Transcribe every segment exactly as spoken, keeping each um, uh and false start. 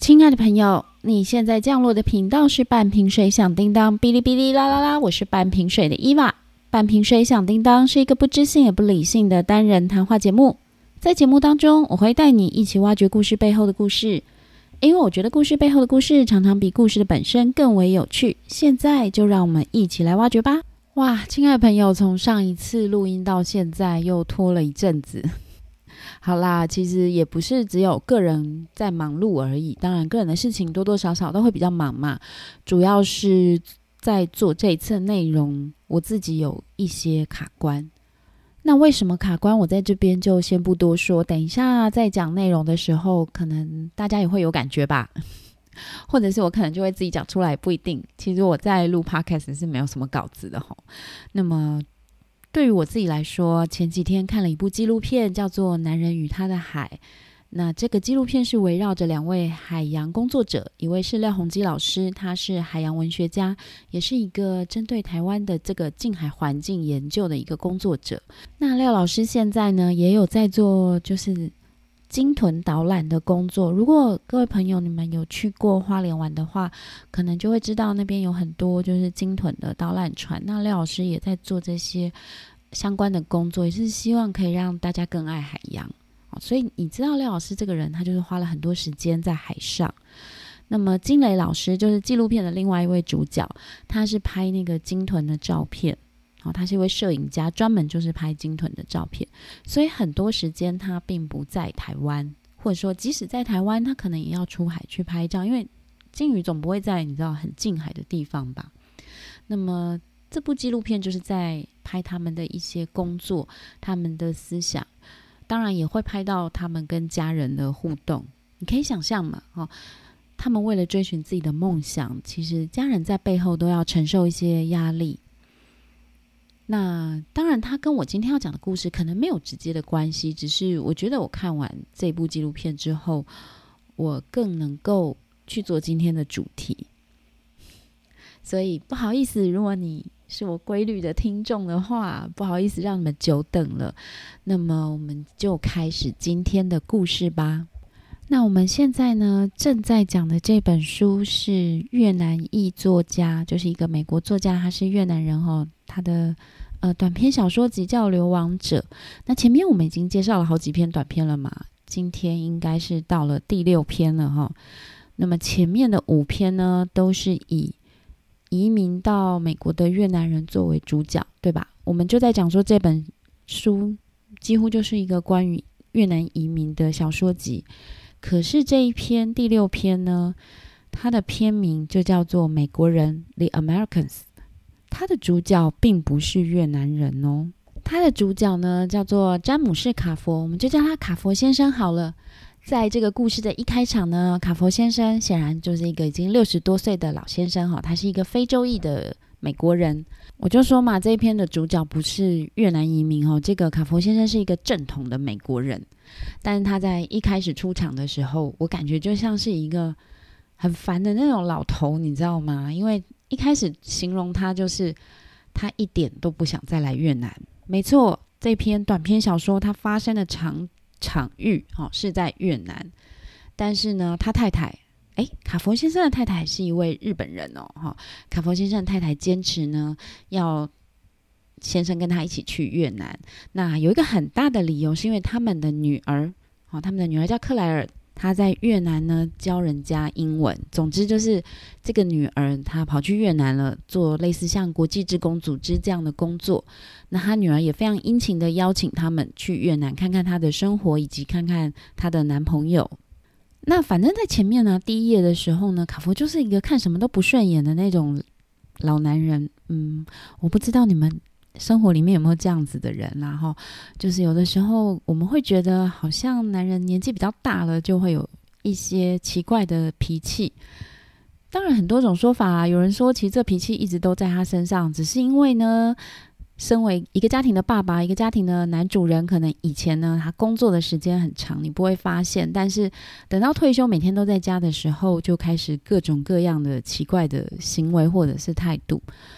亲爱的朋友，你现在降落的频道是半瓶水响叮当，哔哩哔哩啦啦啦，我是半瓶水的伊娃。半瓶水响叮当是一个不知性也不理性的单人谈话节目，在节目当中，我会带你一起挖掘故事背后的故事，因为我觉得故事背后的故事常常比故事的本身更为有趣。现在就让我们一起来挖掘吧。哇，亲爱的朋友，从上一次录音到现在又拖了一阵子。好啦，其实也不是只有个人在忙碌而已，当然个人的事情多多少少都会比较忙嘛，主要是在做这一次的内容，我自己有一些卡关。那为什么卡关，我在这边就先不多说，等一下在讲内容的时候可能大家也会有感觉吧，或者是我可能就会自己讲出来，不一定。其实我在录 podcast 是没有什么稿子的吼。那么对于我自己来说，前几天看了一部纪录片，叫做《男人与他的海》。那这个纪录片是围绕着两位海洋工作者，一位是廖鸿基老师，他是海洋文学家，也是一个针对台湾的这个近海环境研究的一个工作者。那廖老师现在呢，也有在做就是鲸豚导览的工作。如果各位朋友你们有去过花莲玩的话，可能就会知道那边有很多就是鲸豚的导览船。那廖老师也在做这些相关的工作，也是希望可以让大家更爱海洋。所以你知道廖老师这个人，他就是花了很多时间在海上。那么金磊老师就是纪录片的另外一位主角，他是拍那个鲸豚的照片。哦、他是一位摄影家，专门就是拍鲸豚的照片，所以很多时间他并不在台湾，或者说即使在台湾他可能也要出海去拍照，因为鲸鱼总不会在你知道很近海的地方吧。那么这部纪录片就是在拍他们的一些工作，他们的思想，当然也会拍到他们跟家人的互动。你可以想象嘛、哦、他们为了追寻自己的梦想，其实家人在背后都要承受一些压力。那当然他跟我今天要讲的故事可能没有直接的关系，只是我觉得我看完这部纪录片之后，我更能够去做今天的主题。所以不好意思，如果你是我规律的听众的话，不好意思让你们久等了。那么我们就开始今天的故事吧。那我们现在呢正在讲的这本书是越南裔作家，就是一个美国作家，他是越南人哦，他的呃短篇小说集叫《流亡者》。那前面我们已经介绍了好几篇短篇了嘛，今天应该是到了第六篇了哈。那么前面的五篇呢，都是以移民到美国的越南人作为主角，对吧？我们就在讲说这本书几乎就是一个关于越南移民的小说集。可是这一篇第六篇呢，它的篇名就叫做美国人 The Americans。 它的主角并不是越南人哦，它的主角呢叫做詹姆士卡佛，我们就叫他卡佛先生好了。在这个故事的一开场呢，卡佛先生显然就是一个已经六十多岁的老先生、哦、他是一个非洲裔的美国人。我就说嘛，这一篇的主角不是越南移民、哦、这个卡佛先生是一个正统的美国人。但是他在一开始出场的时候，我感觉就像是一个很烦的那种老头，你知道吗？因为一开始形容他就是他一点都不想再来越南。没错，这篇短篇小说它发生的场场域、哦、是在越南，但是呢他太太诶卡佛先生的太太是一位日本人哦。哦卡佛先生的太太坚持呢要先生跟他一起去越南，那有一个很大的理由是因为他们的女儿、哦、他们的女儿叫克莱尔，她在越南呢教人家英文。总之就是这个女儿她跑去越南了，做类似像国际志工组织这样的工作。那她女儿也非常殷勤的邀请他们去越南看看她的生活，以及看看她的男朋友。那反正在前面呢，第一页的时候呢，卡佛就是一个看什么都不顺眼的那种老男人。嗯，我不知道你们生活里面有没有这样子的人，然后就是有的时候我们会觉得好像男人年纪比较大了就会有一些奇怪的脾气。当然很多种说法、啊、有人说其实这脾气一直都在他身上，只是因为呢身为一个家庭的爸爸，一个家庭的男主人，可能以前呢他工作的时间很长，你不会发现，但是等到退休每天都在家的时候，就开始各种各样的奇怪的行为或者是态度。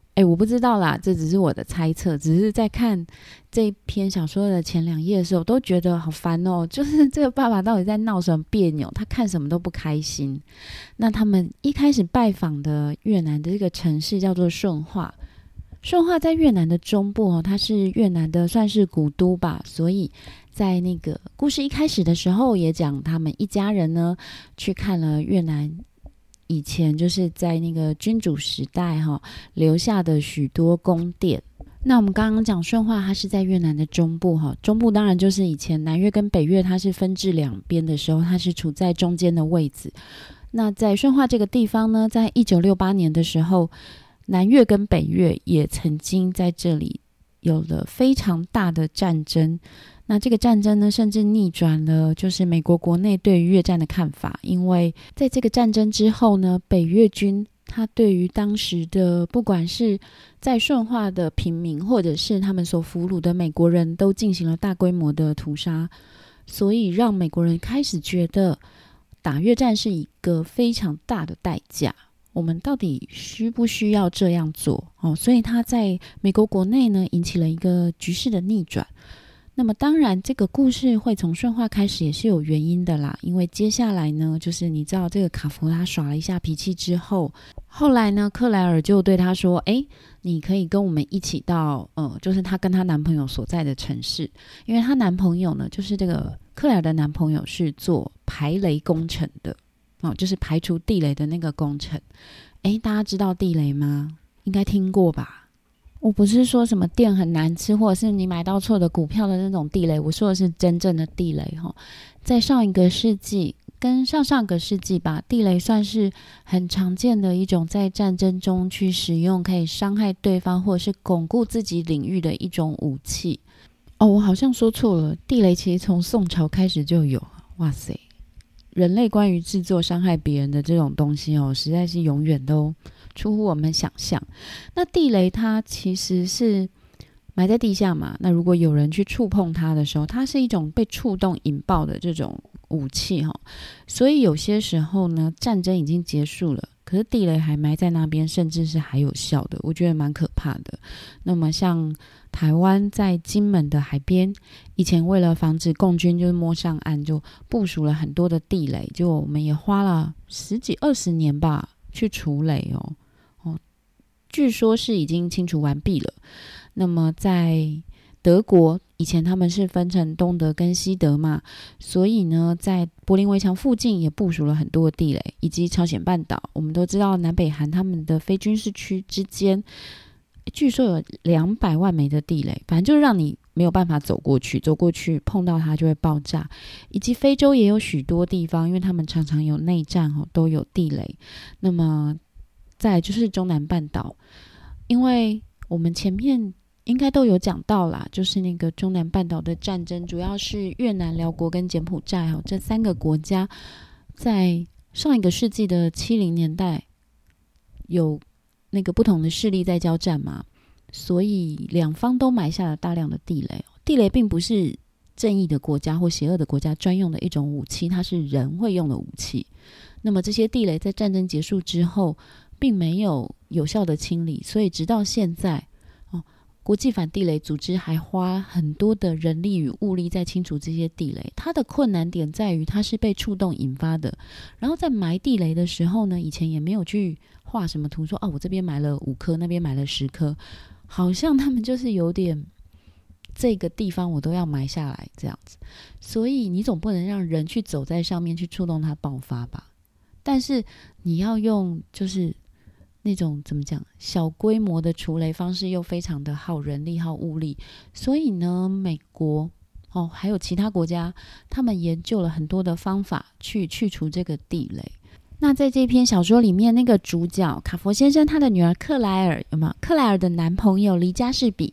哎，我不知道啦，这只是我的猜测，只是在看这篇小说的前两页的时候，都觉得好烦哦。就是这个爸爸到底在闹什么别扭？他看什么都不开心。那他们一开始拜访的越南的这个城市叫做顺化，顺化在越南的中部哦，它是越南的算是古都吧，所以在那个故事一开始的时候，也讲他们一家人呢去看了越南。以前就是在那个君主时代哈、哦、留下的许多宫殿。那我们刚刚讲顺化，它是在越南的中部哈、哦，中部当然就是以前南越跟北越它是分治两边的时候，它是处在中间的位置。那在顺化这个地方呢，在一九六八年的时候，南越跟北越也曾经在这里有了非常大的战争。那这个战争呢，甚至逆转了就是美国国内对于越战的看法，因为在这个战争之后呢，北越军他对于当时的不管是在顺化的平民，或者是他们所俘虏的美国人都进行了大规模的屠杀，所以让美国人开始觉得打越战是一个非常大的代价，我们到底需不需要这样做、哦、所以他在美国国内呢引起了一个局势的逆转。那么当然这个故事会从顺化开始也是有原因的啦，因为接下来呢，就是你知道这个卡弗拉耍了一下脾气之后，后来呢克莱尔就对他说，诶，你可以跟我们一起到呃，就是她跟她男朋友所在的城市，因为她男朋友呢，就是这个克莱尔的男朋友是做排雷工程的哦，就是排除地雷的那个工程。诶，大家知道地雷吗？应该听过吧。我不是说什么店很难吃，或者是你买到错的股票的那种地雷，我说的是真正的地雷。在上一个世纪跟上上个世纪吧，地雷算是很常见的一种在战争中去使用，可以伤害对方或者是巩固自己领域的一种武器。哦，我好像说错了，地雷其实从宋朝开始就有。哇塞，人类关于制作伤害别人的这种东西哦，实在是永远都出乎我们想象。那地雷它其实是埋在地下嘛，那如果有人去触碰它的时候，它是一种被触动引爆的这种武器、哦、所以有些时候呢，战争已经结束了，可是地雷还埋在那边，甚至是还有效的，我觉得蛮可怕的。那么像台湾在金门的海边，以前为了防止共军就是摸上岸，就部署了很多的地雷，就我们也花了十几二十年吧去除雷哦。哦，据说是已经清除完毕了。那么在德国以前他们是分成东德跟西德嘛，所以呢在柏林围墙附近也部署了很多的地雷，以及朝鲜半岛，我们都知道南北韩他们的非军事区之间据说有两百万枚的地雷，反正就是让你没有办法走过去，走过去碰到它就会爆炸。以及非洲也有许多地方，因为他们常常有内战、哦、都有地雷。那么再来就是中南半岛，因为我们前面应该都有讲到啦，就是那个中南半岛的战争主要是越南、辽国跟柬埔寨、哦、这三个国家在上一个世纪的七零年代有那个不同的势力在交战嘛，所以两方都埋下了大量的地雷。地雷并不是正义的国家或邪恶的国家专用的一种武器，它是人会用的武器。那么这些地雷在战争结束之后并没有有效的清理，所以直到现在、哦、国际反地雷组织还花很多的人力与物力在清除这些地雷。它的困难点在于它是被触动引发的，然后在埋地雷的时候呢，以前也没有去画什么图说、哦、我这边埋了五颗，那边埋了十颗，好像他们就是有点这个地方我都要埋下来这样子，所以你总不能让人去走在上面去触动它爆发吧。但是你要用就是那种怎么讲小规模的除雷方式又非常的耗人力耗物力，所以呢美国哦还有其他国家他们研究了很多的方法去去除这个地雷。那在这篇小说里面，那个主角卡佛先生他的女儿克莱尔有没有？克莱尔的男朋友黎加士比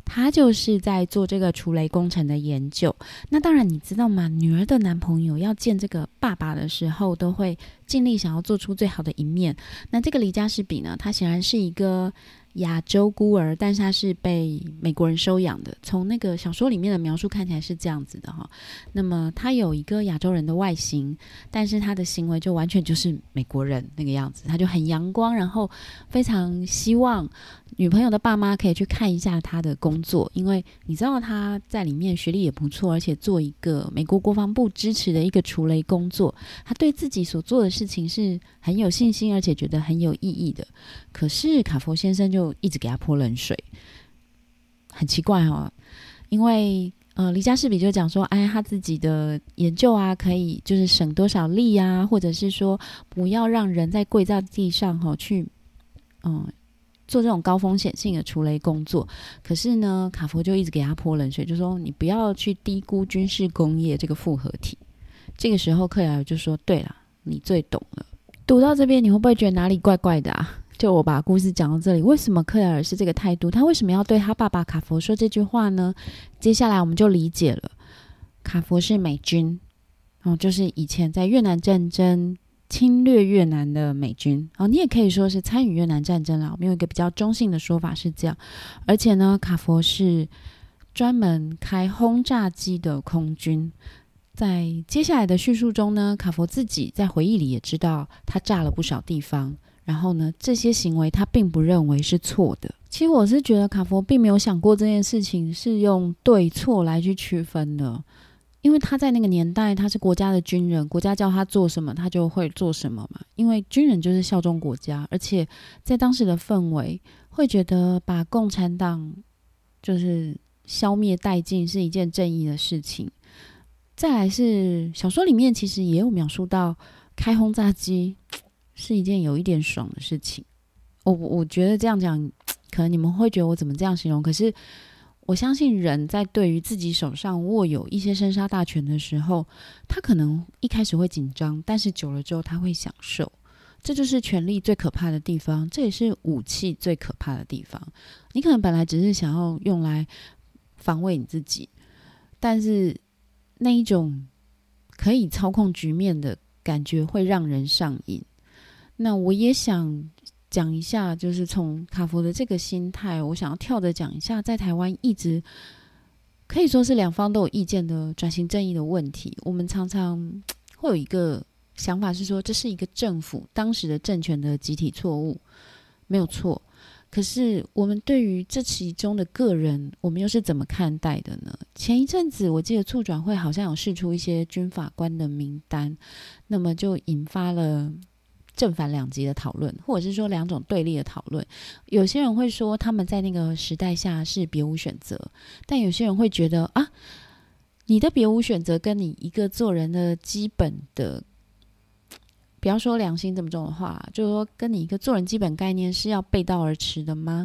他就是在做这个除雷工程的研究。那当然你知道吗，女儿的男朋友要见这个爸爸的时候都会尽力想要做出最好的一面。那这个黎嘉士比呢，他显然是一个亚洲孤儿，但是他是被美国人收养的，从那个小说里面的描述看起来是这样子的哈。那么他有一个亚洲人的外形，但是他的行为就完全就是美国人那个样子，他就很阳光，然后非常希望女朋友的爸妈可以去看一下他的工作，因为你知道他在里面学历也不错，而且做一个美国国防部支持的一个除雷工作，他对自己所做的事情是很有信心，而且觉得很有意义的。可是卡佛先生就一直给他泼冷水，很奇怪哦，因为呃，黎嘉士比就讲说，哎，他自己的研究啊，可以就是省多少力啊，或者是说不要让人在跪在地上哈、哦、去嗯。做这种高风险性的除雷工作。可是呢，卡佛就一直给他泼冷水，就说你不要去低估军事工业这个复合体。这个时候克莱尔就说，对啦，你最懂了。读到这边你会不会觉得哪里怪怪的啊？就我把故事讲到这里，为什么克莱尔是这个态度？他为什么要对他爸爸卡佛说这句话呢？接下来我们就理解了，卡佛是美军、哦、就是以前在越南战争侵略越南的美军、哦、你也可以说是参与越南战争啦，我们有一个比较中性的说法是这样。而且呢，卡佛是专门开轰炸机的空军。在接下来的叙述中呢，卡佛自己在回忆里也知道他炸了不少地方，然后呢，这些行为他并不认为是错的。其实我是觉得卡佛并没有想过这件事情是用对错来去区分的，因为他在那个年代他是国家的军人，国家叫他做什么他就会做什么嘛，因为军人就是效忠国家，而且在当时的氛围会觉得把共产党就是消灭殆尽是一件正义的事情。再来是小说里面其实也有描述到开轰炸机是一件有一点爽的事情。我我觉得这样讲可能你们会觉得我怎么这样形容，可是我相信人在对于自己手上握有一些生杀大权的时候，他可能一开始会紧张，但是久了之后他会享受。这就是权力最可怕的地方，这也是武器最可怕的地方。你可能本来只是想要用来防卫你自己，但是那一种可以操控局面的感觉会让人上瘾。那我也想讲一下，就是从卡佛的这个心态，我想要跳着讲一下在台湾一直可以说是两方都有意见的转型正义的问题。我们常常会有一个想法是说，这是一个政府当时的政权的集体错误，没有错。可是我们对于这其中的个人，我们又是怎么看待的呢？前一阵子我记得促转会好像有释出一些军法官的名单，那么就引发了正反两极的讨论，或者是说两种对立的讨论。有些人会说他们在那个时代下是别无选择，但有些人会觉得啊，你的别无选择跟你一个做人的基本的，不要说良心这么重的话，就是说跟你一个做人基本概念是要背道而驰的吗？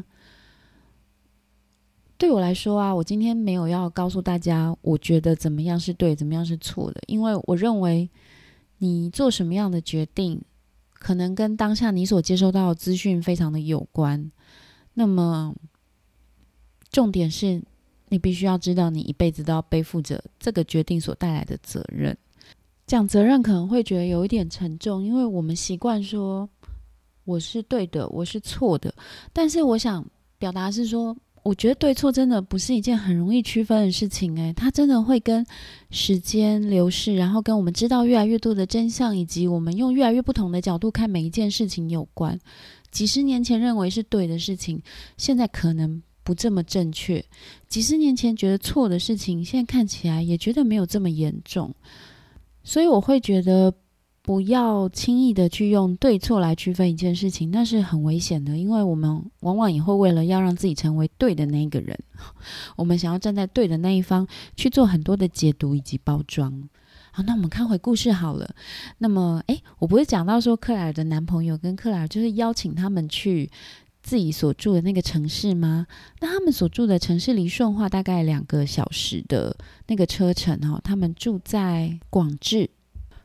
对我来说啊，我今天没有要告诉大家我觉得怎么样是对怎么样是错的，因为我认为你做什么样的决定可能跟当下你所接收到的资讯非常的有关。那么重点是你必须要知道你一辈子都要背负着这个决定所带来的责任。讲责任可能会觉得有一点沉重，因为我们习惯说我是对的我是错的，但是我想表达是说，我觉得对错真的不是一件很容易区分的事情诶，它真的会跟时间流逝，然后跟我们知道越来越多的真相，以及我们用越来越不同的角度看每一件事情有关。几十年前认为是对的事情，现在可能不这么正确；几十年前觉得错的事情，现在看起来也觉得没有这么严重。所以我会觉得不要轻易的去用对错来区分一件事情，那是很危险的，因为我们往往也会为了要让自己成为对的那一个人，我们想要站在对的那一方去做很多的解读以及包装。好，那我们看回故事好了。那么诶，我不是讲到说克莱尔的男朋友跟克莱尔就是邀请他们去自己所住的那个城市吗？那他们所住的城市离顺化大概两个小时的那个车程、哦、他们住在广治。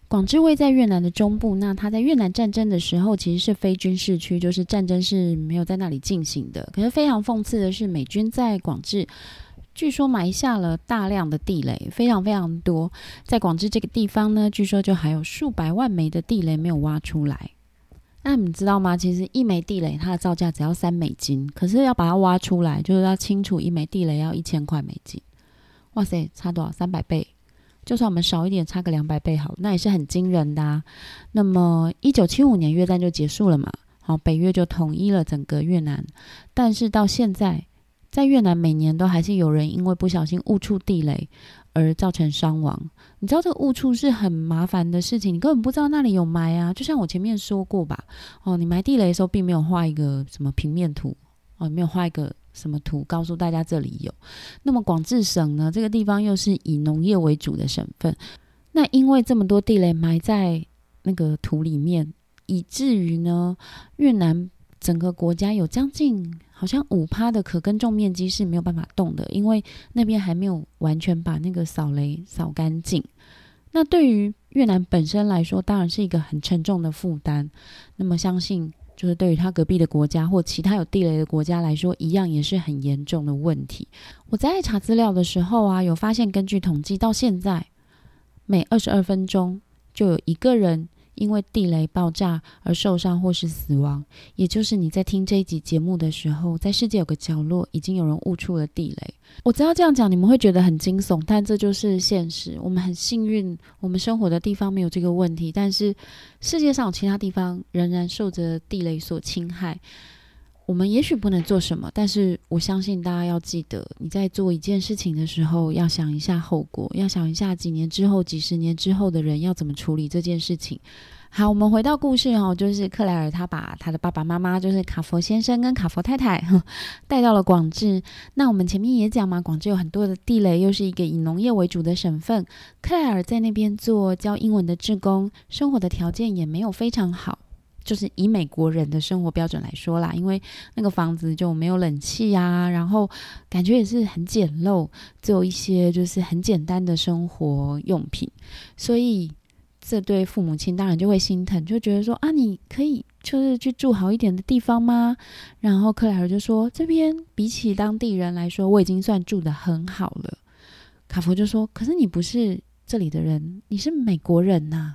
广治位在越南的中部，那它在越南战争的时候其实是非军事区，就是战争是没有在那里进行的。可是非常讽刺的是，美军在广治据说埋下了大量的地雷，非常非常多。在广治这个地方呢，据说就还有数百万枚的地雷没有挖出来。那你知道吗？其实一枚地雷它的造价只要三美金，可是要把它挖出来，就是要清除一枚地雷要一千块美金。哇塞，差多少？三百倍。就算我们少一点，差个两百倍好，那也是很惊人的啊。那么一九七五年越战就结束了嘛，好，北越就统一了整个越南。但是到现在，在越南每年都还是有人因为不小心误触地雷而造成伤亡。你知道这个误触是很麻烦的事情，你根本不知道那里有埋啊。就像我前面说过吧，哦，你埋地雷的时候并没有画一个什么平面图，哦，没有画一个什么图告诉大家这里有。那么广治省呢，这个地方又是以农业为主的省份，那因为这么多地雷埋在那个土里面，以至于呢越南整个国家有将近好像 百分之五 的可耕种面积是没有办法动的，因为那边还没有完全把那个扫雷扫干净。那对于越南本身来说当然是一个很沉重的负担，那么相信就是对于他隔壁的国家或其他有地雷的国家来说，一样也是很严重的问题。我在查资料的时候啊，有发现根据统计，到现在每二十二分钟就有一个人因为地雷爆炸而受伤或是死亡。也就是你在听这一集节目的时候，在世界有个角落已经有人误触了地雷。我知道这样讲你们会觉得很惊悚，但这就是现实。我们很幸运，我们生活的地方没有这个问题，但是世界上有其他地方仍然受着地雷所侵害。我们也许不能做什么，但是我相信大家要记得，你在做一件事情的时候要想一下后果，要想一下几年之后几十年之后的人要怎么处理这件事情。好，我们回到故事哦，就是克莱尔他把他的爸爸妈妈，就是卡佛先生跟卡佛太太带到了广治。那我们前面也讲嘛，广治有很多的地雷，又是一个以农业为主的省份。克莱尔在那边做教英文的志工，生活的条件也没有非常好，就是以美国人的生活标准来说啦，因为那个房子就没有冷气啊，然后感觉也是很简陋，只有一些就是很简单的生活用品，所以这对父母亲当然就会心疼，就觉得说啊，你可以就是去住好一点的地方吗？然后克莱尔就说，这边比起当地人来说，我已经算住得很好了。卡佛就说，可是你不是这里的人，你是美国人啊。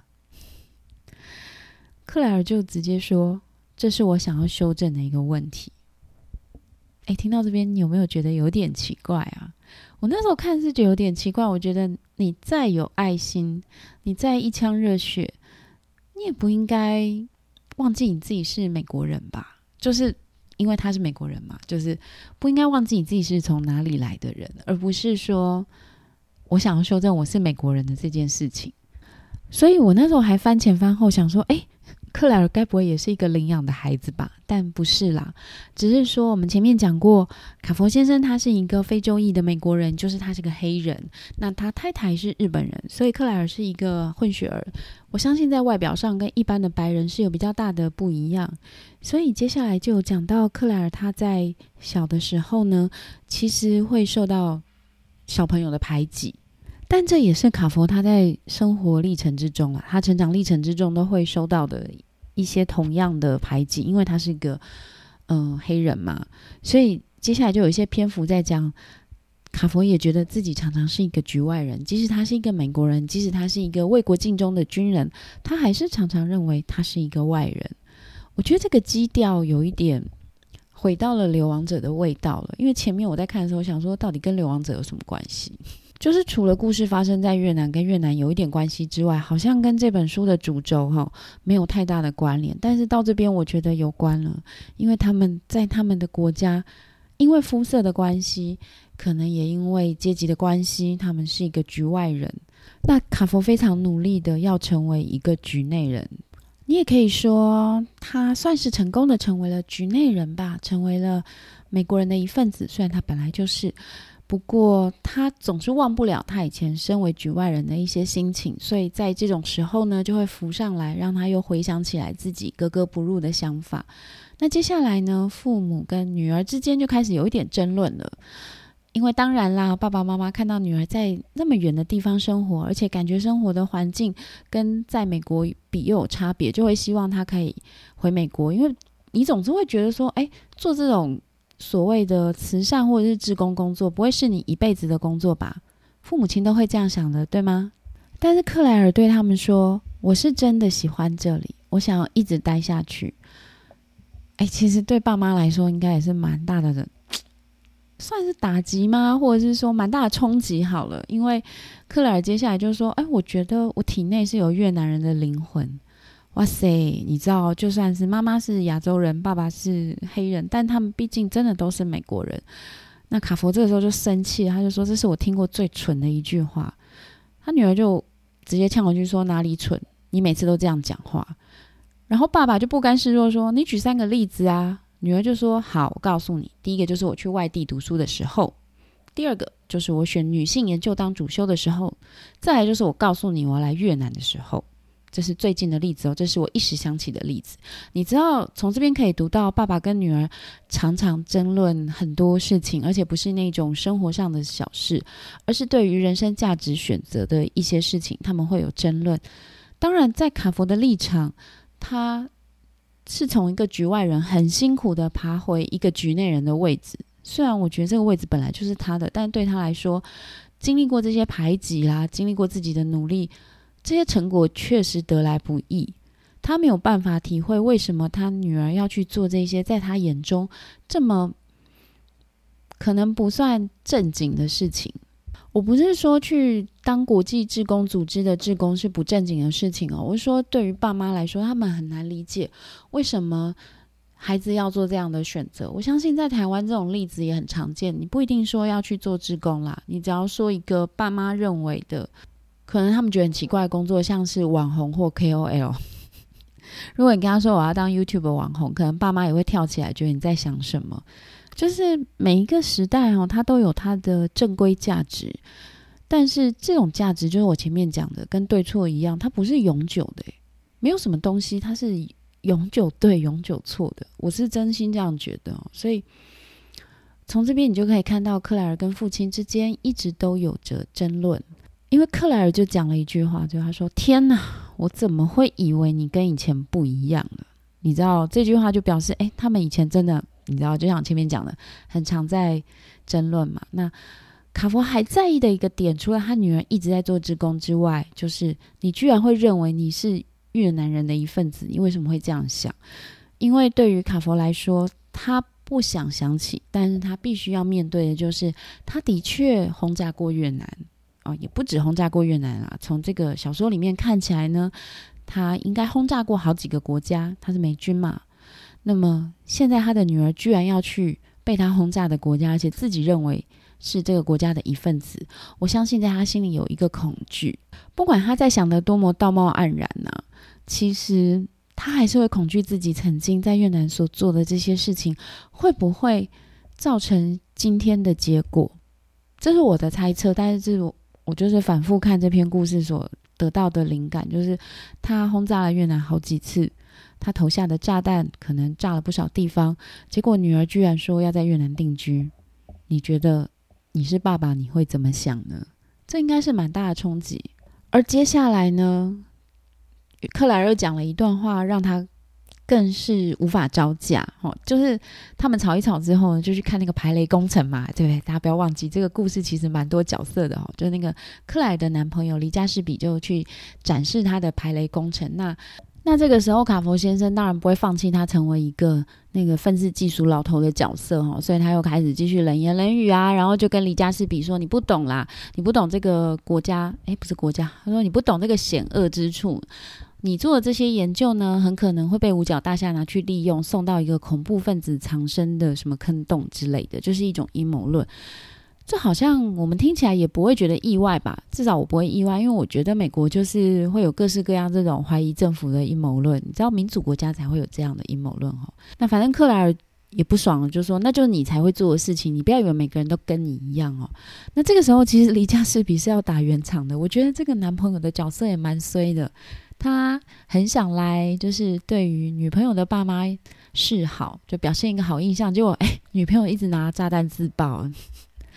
克莱尔就直接说，这是我想要修正的一个问题。诶，听到这边你有没有觉得有点奇怪啊？我那时候看是觉得有点奇怪，我觉得你再有爱心，你再一腔热血，你也不应该忘记你自己是美国人吧？就是因为他是美国人嘛，就是不应该忘记你自己是从哪里来的人，而不是说我想要修正我是美国人的这件事情。所以我那时候还翻前翻后想说，诶，克莱尔该不会也是一个领养的孩子吧？但不是啦，只是说我们前面讲过，卡佛先生他是一个非洲裔的美国人，就是他是个黑人，那他太太是日本人，所以克莱尔是一个混血儿。我相信在外表上跟一般的白人是有比较大的不一样，所以接下来就有讲到克莱尔他在小的时候呢，其实会受到小朋友的排挤。但这也是卡佛他在生活历程之中啊，他成长历程之中都会收到的一些同样的排挤，因为他是一个嗯、呃、黑人嘛，所以接下来就有一些篇幅在讲卡佛也觉得自己常常是一个局外人，即使他是一个美国人，即使他是一个为国尽忠的军人，他还是常常认为他是一个外人。我觉得这个基调有一点回到了流亡者的味道了，因为前面我在看的时候想说到底跟流亡者有什么关系，就是除了故事发生在越南跟越南有一点关系之外，好像跟这本书的主轴、哦、没有太大的关联，但是到这边我觉得有关了，因为他们在他们的国家因为肤色的关系，可能也因为阶级的关系，他们是一个局外人。那卡佛非常努力的要成为一个局内人，你也可以说他算是成功的成为了局内人吧，成为了美国人的一份子，虽然他本来就是，不过他总是忘不了他以前身为局外人的一些心情，所以在这种时候呢就会浮上来，让他又回想起来自己格格不入的想法。那接下来呢，父母跟女儿之间就开始有一点争论了。 因为当然啦，爸爸妈妈看到女儿在那么远的地方生活，而且感觉生活的环境跟在美国比又有差别，就会希望她可以回美国。因为你总是会觉得说，哎，做这种所谓的慈善或者是志工工作不会是你一辈子的工作吧，父母亲都会这样想的，对吗？但是克莱尔对他们说，我是真的喜欢这里，我想要一直待下去。哎，其实对爸妈来说应该也是蛮大的，算是打击吗？或者是说蛮大的冲击好了。因为克莱尔接下来就说，哎，我觉得我体内是有越南人的灵魂。哇塞，你知道就算是妈妈是亚洲人，爸爸是黑人，但他们毕竟真的都是美国人。那卡佛这个时候就生气，他就说，这是我听过最蠢的一句话。他女儿就直接呛回去说，哪里蠢，你每次都这样讲话。然后爸爸就不甘示弱说，你举三个例子啊。女儿就说，好，我告诉你，第一个就是我去外地读书的时候，第二个就是我选女性研究当主修的时候，再来就是我告诉你我要来越南的时候。这是最近的例子哦，这是我一时想起的例子。你知道从这边可以读到爸爸跟女儿常常争论很多事情，而且不是那种生活上的小事，而是对于人生价值选择的一些事情他们会有争论。当然在卡佛的立场，他是从一个局外人很辛苦的爬回一个局内人的位置，虽然我觉得这个位置本来就是他的，但对他来说经历过这些排挤啦，经历过自己的努力，这些成果确实得来不易。他没有办法体会为什么他女儿要去做这些在他眼中这么可能不算正经的事情。我不是说去当国际志工组织的志工是不正经的事情哦，我是说对于爸妈来说，他们很难理解为什么孩子要做这样的选择。我相信在台湾这种例子也很常见，你不一定说要去做志工啦，你只要说一个爸妈认为的可能他们觉得很奇怪的工作，像是网红或 K O L 如果你跟他说我要当 YouTube 网红，可能爸妈也会跳起来觉得你在想什么。就是每一个时代哦，它都有它的正规价值，但是这种价值就是我前面讲的跟对错一样，它不是永久的。没有什么东西它是永久对永久错的，我是真心这样觉得哦。所以从这边你就可以看到克莱尔跟父亲之间一直都有着争论。因为克莱尔就讲了一句话，就他说，天哪，我怎么会以为你跟以前不一样了。你知道这句话就表示哎，他们以前真的你知道就像前面讲的很常在争论嘛。那卡佛还在意的一个点，除了他女儿一直在做志工之外，就是你居然会认为你是越南人的一份子，你为什么会这样想？因为对于卡佛来说，他不想想起，但是他必须要面对的就是他的确轰炸过越南哦，也不止轰炸过越南啦。从这个小说里面看起来呢，他应该轰炸过好几个国家，他是美军嘛。那么现在他的女儿居然要去被他轰炸的国家，而且自己认为是这个国家的一份子，我相信在他心里有一个恐惧。不管他在想的多么道貌岸然啊，其实他还是会恐惧自己曾经在越南所做的这些事情会不会造成今天的结果。这是我的猜测，但是这是 我, 我就是反复看这篇故事所得到的灵感，就是他轰炸了越南好几次，他投下的炸弹可能炸了不少地方，结果女儿居然说要在越南定居。你觉得你是爸爸你会怎么想呢？这应该是蛮大的冲击。而接下来呢，克莱尔又讲了一段话让他更是无法招架、哦、就是他们吵一吵之后呢，就去看那个排雷工程嘛，对不对？大家不要忘记这个故事其实蛮多角色的、哦、就是那个克莱尔的男朋友黎加士比就去展示他的排雷工程。那那这个时候卡佛先生当然不会放弃他成为一个那个愤世嫉俗老头的角色、哦、所以他又开始继续冷言冷语啊，然后就跟黎加士比说，你不懂啦，你不懂这个国家，诶不是国家，他说你不懂这个险恶之处，你做的这些研究呢，很可能会被五角大厦拿去利用，送到一个恐怖分子藏身的什么坑洞之类的，就是一种阴谋论。这好像我们听起来也不会觉得意外吧，至少我不会意外，因为我觉得美国就是会有各式各样这种怀疑政府的阴谋论，你知道民主国家才会有这样的阴谋论哦。那反正克莱尔也不爽了，就说那就是你才会做的事情，你不要以为每个人都跟你一样哦。那这个时候其实黎加士比是要打圆场的，我觉得这个男朋友的角色也蛮衰的，他很想来就是对于女朋友的爸妈示好，就表现一个好印象，结果哎，女朋友一直拿炸弹自爆，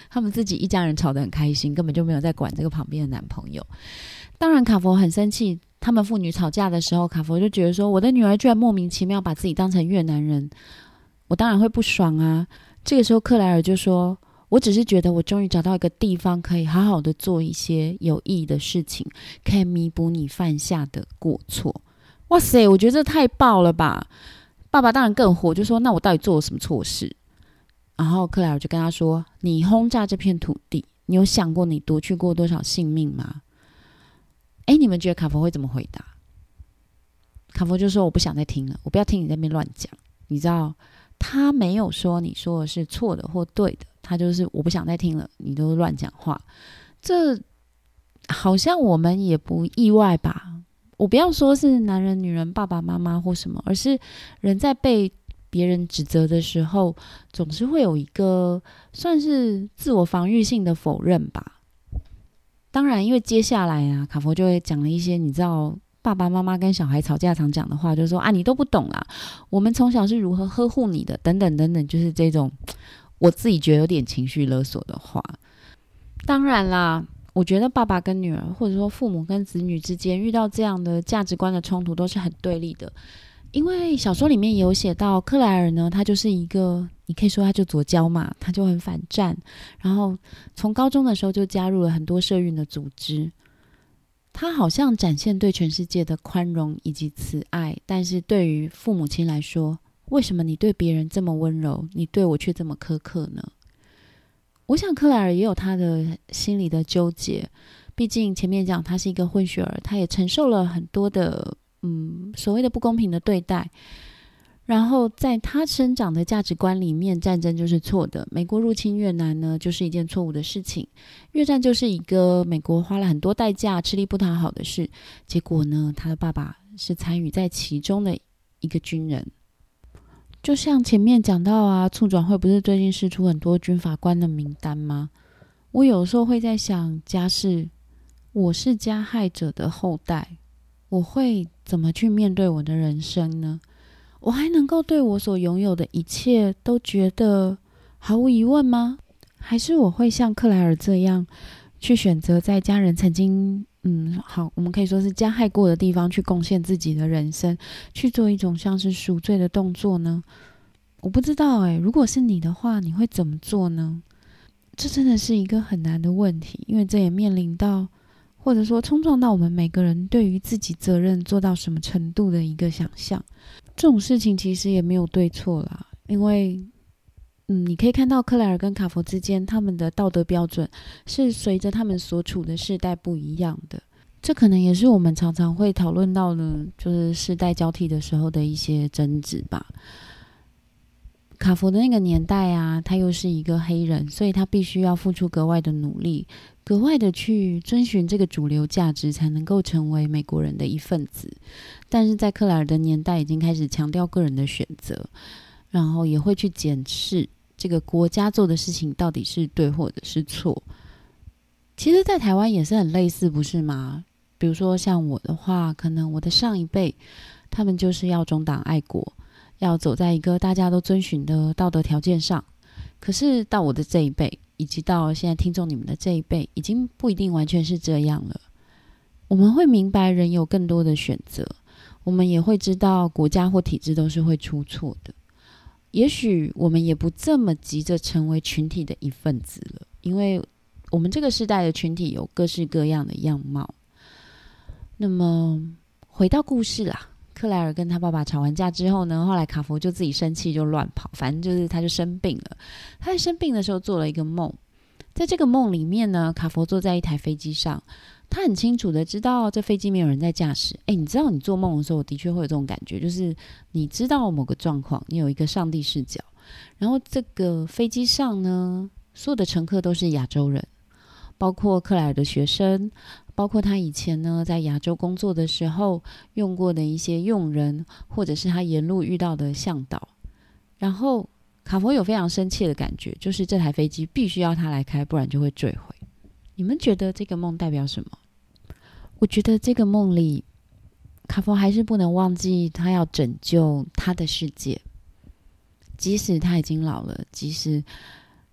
他们自己一家人吵得很开心，根本就没有在管这个旁边的男朋友。当然卡佛很生气，他们父女吵架的时候，卡佛就觉得说，我的女儿居然莫名其妙把自己当成越南人，我当然会不爽啊。这个时候克莱尔就说，我只是觉得我终于找到一个地方可以好好的做一些有意义的事情，可以弥补你犯下的过错。哇塞，我觉得这太爆了吧。爸爸当然更火，就说那我到底做了什么错事？然后克莱尔就跟他说，你轰炸这片土地，你有想过你夺去过多少性命吗？诶，你们觉得卡佛会怎么回答？卡佛就说，我不想再听了，我不要听你在那边乱讲。你知道他没有说你说的是错的或对的，他就是我不想再听了，你都乱讲话。这好像我们也不意外吧。我不要说是男人女人爸爸妈妈或什么，而是人在被别人指责的时候，总是会有一个算是自我防御性的否认吧。当然因为接下来啊，卡佛就会讲了一些你知道爸爸妈妈跟小孩吵架常讲的话，就是说啊你都不懂啦，我们从小是如何呵护你的等等等等，就是这种我自己觉得有点情绪勒索的话。当然啦，我觉得爸爸跟女儿或者说父母跟子女之间遇到这样的价值观的冲突都是很对立的。因为小说里面也有写到克莱尔呢，他就是一个你可以说他就左交嘛，他就很反战，然后从高中的时候就加入了很多社运的组织。他好像展现对全世界的宽容以及慈爱，但是对于父母亲来说，为什么你对别人这么温柔，你对我却这么苛刻呢？我想克莱尔也有他的心里的纠结，毕竟前面讲他是一个混血儿，他也承受了很多的嗯所谓的不公平的对待。然后在他生长的价值观里面，战争就是错的，美国入侵越南呢就是一件错误的事情，越战就是一个美国花了很多代价吃力不讨好的事，结果呢他的爸爸是参与在其中的一个军人。就像前面讲到啊，促转会不是最近释出很多军法官的名单吗？我有时候会在想，假使我是加害者的后代，我会怎么去面对我的人生呢？我还能够对我所拥有的一切都觉得毫无疑问吗？还是我会像克莱尔这样去选择在家人曾经嗯，好，我们可以说是加害过的地方去贡献自己的人生，去做一种像是赎罪的动作呢？我不知道诶，如果是你的话，你会怎么做呢？这真的是一个很难的问题，因为这也面临到或者说冲撞到我们每个人对于自己责任做到什么程度的一个想象。这种事情其实也没有对错啦，因为嗯，你可以看到克莱尔跟卡佛之间他们的道德标准是随着他们所处的世代不一样的。这可能也是我们常常会讨论到的，就是世代交替的时候的一些争执吧。卡佛的那个年代啊，他又是一个黑人，所以他必须要付出格外的努力，格外的去遵循这个主流价值，才能够成为美国人的一份子。但是在克莱尔的年代已经开始强调个人的选择，然后也会去检视这个国家做的事情到底是对或者是错。其实在台湾也是很类似，不是吗？比如说像我的话，可能我的上一辈他们就是要忠党爱国，要走在一个大家都遵循的道德条件上。可是到我的这一辈，以及到现在听众你们的这一辈，已经不一定完全是这样了。我们会明白人有更多的选择，我们也会知道国家或体制都是会出错的。也许我们也不这么急着成为群体的一份子了，因为我们这个时代的群体有各式各样的样貌。那么回到故事啦，克莱尔跟他爸爸吵完架之后呢，后来卡佛就自己生气就乱跑，反正就是他就生病了。他在生病的时候做了一个梦，在这个梦里面呢，卡佛坐在一台飞机上，他很清楚的知道这飞机没有人在驾驶。诶，你知道你做梦的时候的确会有这种感觉，就是你知道某个状况，你有一个上帝视角，然后这个飞机上呢，所有的乘客都是亚洲人，包括克莱尔的学生，包括他以前呢在亚洲工作的时候用过的一些佣人，或者是他沿路遇到的向导。然后卡佛有非常生气的感觉，就是这台飞机必须要他来开，不然就会坠毁。你们觉得这个梦代表什么？我觉得这个梦里卡佛还是不能忘记他要拯救他的世界，即使他已经老了，即使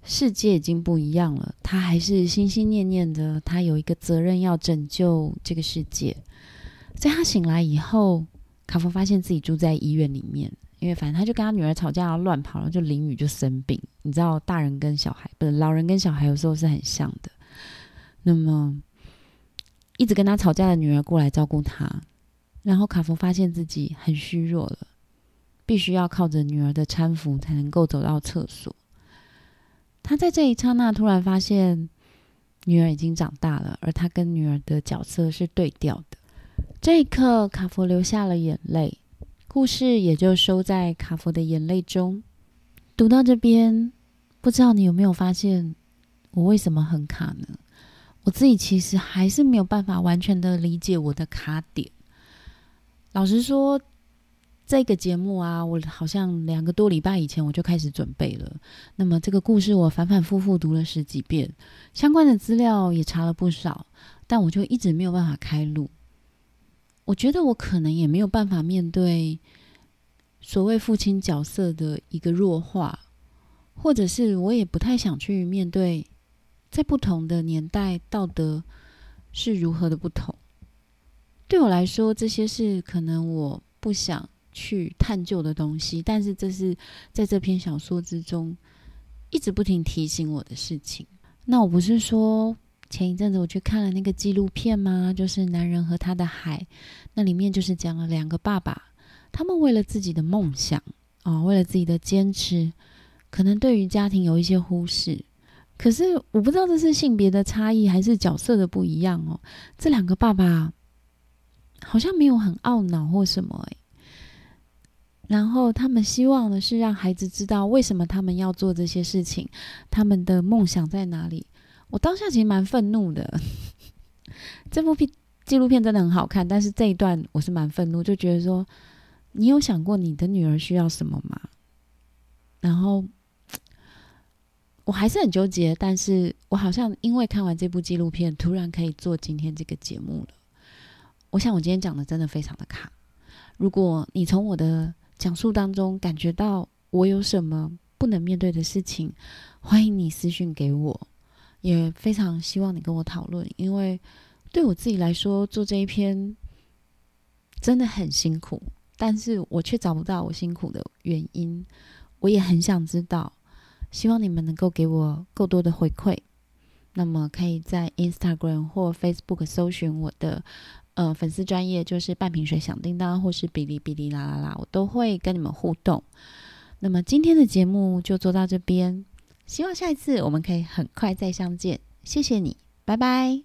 世界已经不一样了，他还是心心念念的，他有一个责任要拯救这个世界。在他醒来以后，卡佛发现自己住在医院里面，因为反正他就跟他女儿吵架，然后乱跑，然后就淋雨就生病。你知道大人跟小孩不是老人跟小孩有时候是很像的。那么一直跟他吵架的女儿过来照顾他，然后卡佛发现自己很虚弱了，必须要靠着女儿的搀扶才能够走到厕所。他在这一刹那突然发现女儿已经长大了，而他跟女儿的角色是对调的。这一刻卡佛流下了眼泪，故事也就收在卡佛的眼泪中。读到这边，不知道你有没有发现我为什么很卡呢？我自己其实还是没有办法完全的理解我的卡点。老实说，这个节目啊，我好像两个多礼拜以前我就开始准备了。那么这个故事我反反复复读了十几遍，相关的资料也查了不少，但我就一直没有办法开录。我觉得我可能也没有办法面对所谓父亲角色的一个弱化，或者是我也不太想去面对在不同的年代道德是如何的不同。对我来说，这些是可能我不想去探究的东西，但是这是在这篇小说之中一直不停提醒我的事情。那我不是说前一阵子我去看了那个纪录片吗？就是男人和他的海，那里面就是讲了两个爸爸，他们为了自己的梦想、哦、为了自己的坚持，可能对于家庭有一些忽视。可是我不知道这是性别的差异还是角色的不一样哦。这两个爸爸好像没有很懊恼或什么诶，然后他们希望的是让孩子知道为什么他们要做这些事情，他们的梦想在哪里。我当下其实蛮愤怒的这部纪录片真的很好看，但是这一段我是蛮愤怒，就觉得说你有想过你的女儿需要什么吗？然后我还是很纠结，但是我好像因为看完这部纪录片突然可以做今天这个节目了。我想我今天讲的真的非常的卡，如果你从我的讲述当中感觉到我有什么不能面对的事情，欢迎你私讯给我，也非常希望你跟我讨论，因为对我自己来说做这一篇真的很辛苦，但是我却找不到我辛苦的原因，我也很想知道，希望你们能够给我够多的回馈。那么可以在 Instagram 或 Facebook 搜寻我的呃粉丝专页，就是半瓶水响叮当或是哔哩哔哩啦啦啦，我都会跟你们互动。那么今天的节目就做到这边，希望下一次我们可以很快再相见，谢谢你，拜拜。